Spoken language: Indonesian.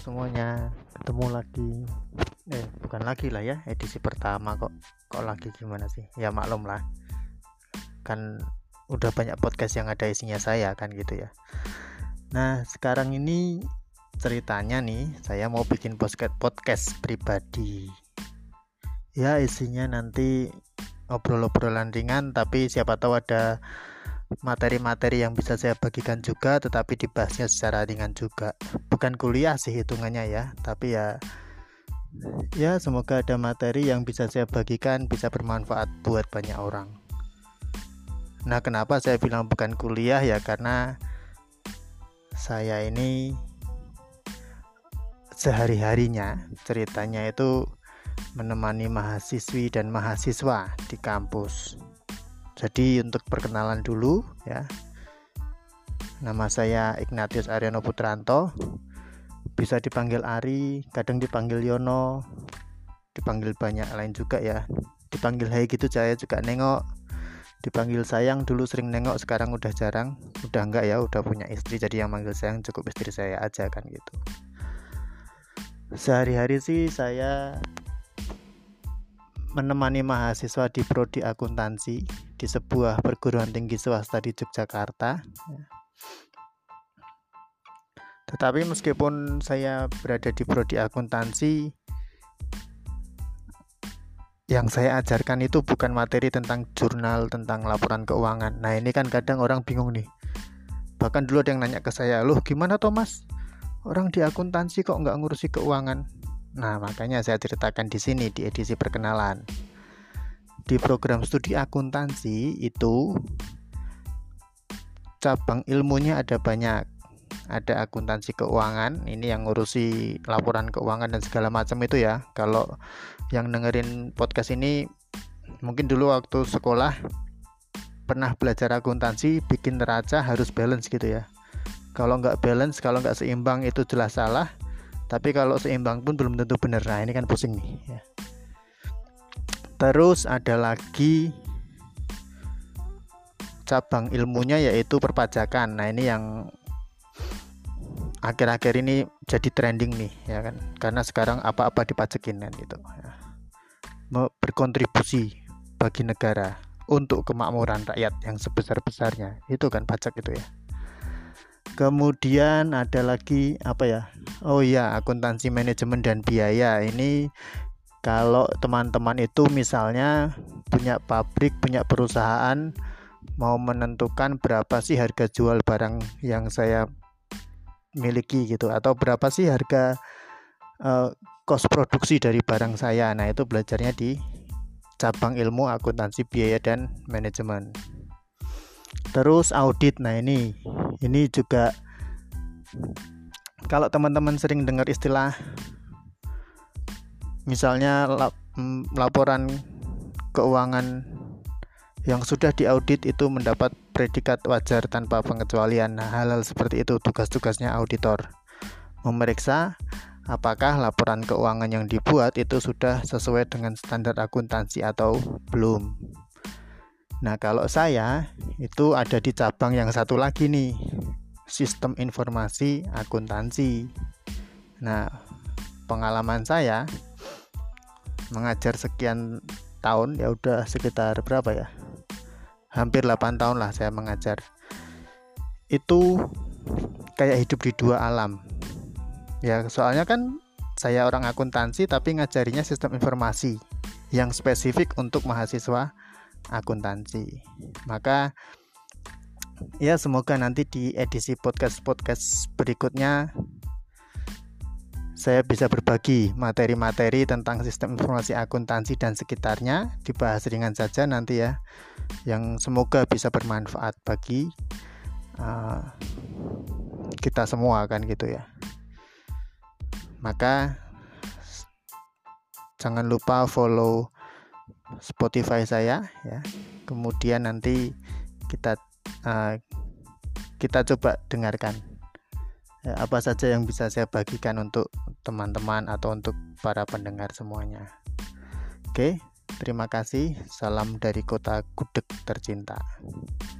semuanya, ketemu lagi. Bukan lagi lah ya, edisi pertama kok lagi gimana sih? Ya maklum lah, kan udah banyak podcast yang ada isinya saya kan gitu ya. Nah sekarang ini ceritanya nih, saya mau bikin podcast pribadi. Ya isinya nanti obrol-obrolan ringan, tapi siapa tahu ada materi-materi yang bisa saya bagikan juga, tetapi dibahasnya secara ringan juga. Bukan kuliah sih hitungannya ya, tapi ya semoga ada materi yang bisa saya bagikan, bisa bermanfaat buat banyak orang. Nah kenapa saya bilang bukan kuliah ya, karena saya ini sehari-harinya ceritanya itu menemani mahasiswi dan mahasiswa di kampus. Jadi untuk perkenalan dulu ya, nama saya Ignatius Aryono Putranto, bisa dipanggil Ari, kadang dipanggil Yono, dipanggil banyak lain juga ya, dipanggil Hai gitu saya juga nengok, dipanggil sayang dulu sering nengok, sekarang udah jarang, udah enggak ya, udah punya istri, jadi yang manggil sayang cukup istri saya aja kan gitu. Sehari-hari sih saya menemani mahasiswa di prodi akuntansi di sebuah perguruan tinggi swasta di Yogyakarta. Tetapi meskipun saya berada di prodi akuntansi, yang saya ajarkan itu bukan materi tentang jurnal, tentang laporan keuangan. Nah ini kan kadang orang bingung nih. Bahkan dulu ada yang nanya ke saya, loh gimana Thomas? Orang di akuntansi kok nggak ngurusi keuangan? Nah makanya saya ceritakan di sini di edisi perkenalan. Di program studi akuntansi itu cabang ilmunya ada banyak. Ada akuntansi keuangan, ini yang ngurusi laporan keuangan dan segala macam itu ya. Kalau yang dengerin podcast ini mungkin dulu waktu sekolah pernah belajar akuntansi, bikin neraca harus balance gitu ya. Kalau nggak balance, kalau nggak seimbang itu jelas salah. Tapi kalau seimbang pun belum tentu benar. Nah ini kan pusing nih ya. Terus ada lagi cabang ilmunya yaitu perpajakan. Nah ini yang akhir-akhir ini jadi trending nih ya kan, karena sekarang apa-apa dipajakin kan gitu ya. Berkontribusi bagi negara untuk kemakmuran rakyat yang sebesar-besarnya, itu kan pajak itu ya. Kemudian ada lagi apa ya, akuntansi manajemen dan biaya. Ini kalau teman-teman itu misalnya punya pabrik, punya perusahaan, mau menentukan berapa sih harga jual barang yang saya miliki gitu, atau berapa sih harga kos produksi dari barang saya. Nah itu belajarnya di cabang ilmu akuntansi biaya dan manajemen. Terus audit. Nah ini juga kalau teman-teman sering dengar istilah misalnya laporan keuangan yang sudah diaudit itu mendapat predikat wajar tanpa pengecualian. Nah, hal-hal seperti itu tugas-tugasnya auditor, memeriksa apakah laporan keuangan yang dibuat itu sudah sesuai dengan standar akuntansi atau belum. Nah kalau saya itu ada di cabang yang satu lagi nih, sistem informasi akuntansi. Nah pengalaman saya mengajar sekian tahun, ya udah sekitar berapa ya, hampir 8 tahun lah saya mengajar. Itu kayak hidup di dua alam ya, soalnya kan saya orang akuntansi tapi ngajarinya sistem informasi yang spesifik untuk mahasiswa akuntansi. Maka ya semoga nanti di edisi podcast berikutnya saya bisa berbagi materi-materi tentang sistem informasi akuntansi dan sekitarnya, dibahas ringan saja nanti ya, yang semoga bisa bermanfaat bagi kita semua kan gitu ya. Maka jangan lupa follow Spotify saya ya. Kemudian nanti kita coba dengarkan apa saja yang bisa saya bagikan untuk teman-teman atau untuk para pendengar semuanya. Oke, terima kasih. Salam dari kota Gudeg tercinta.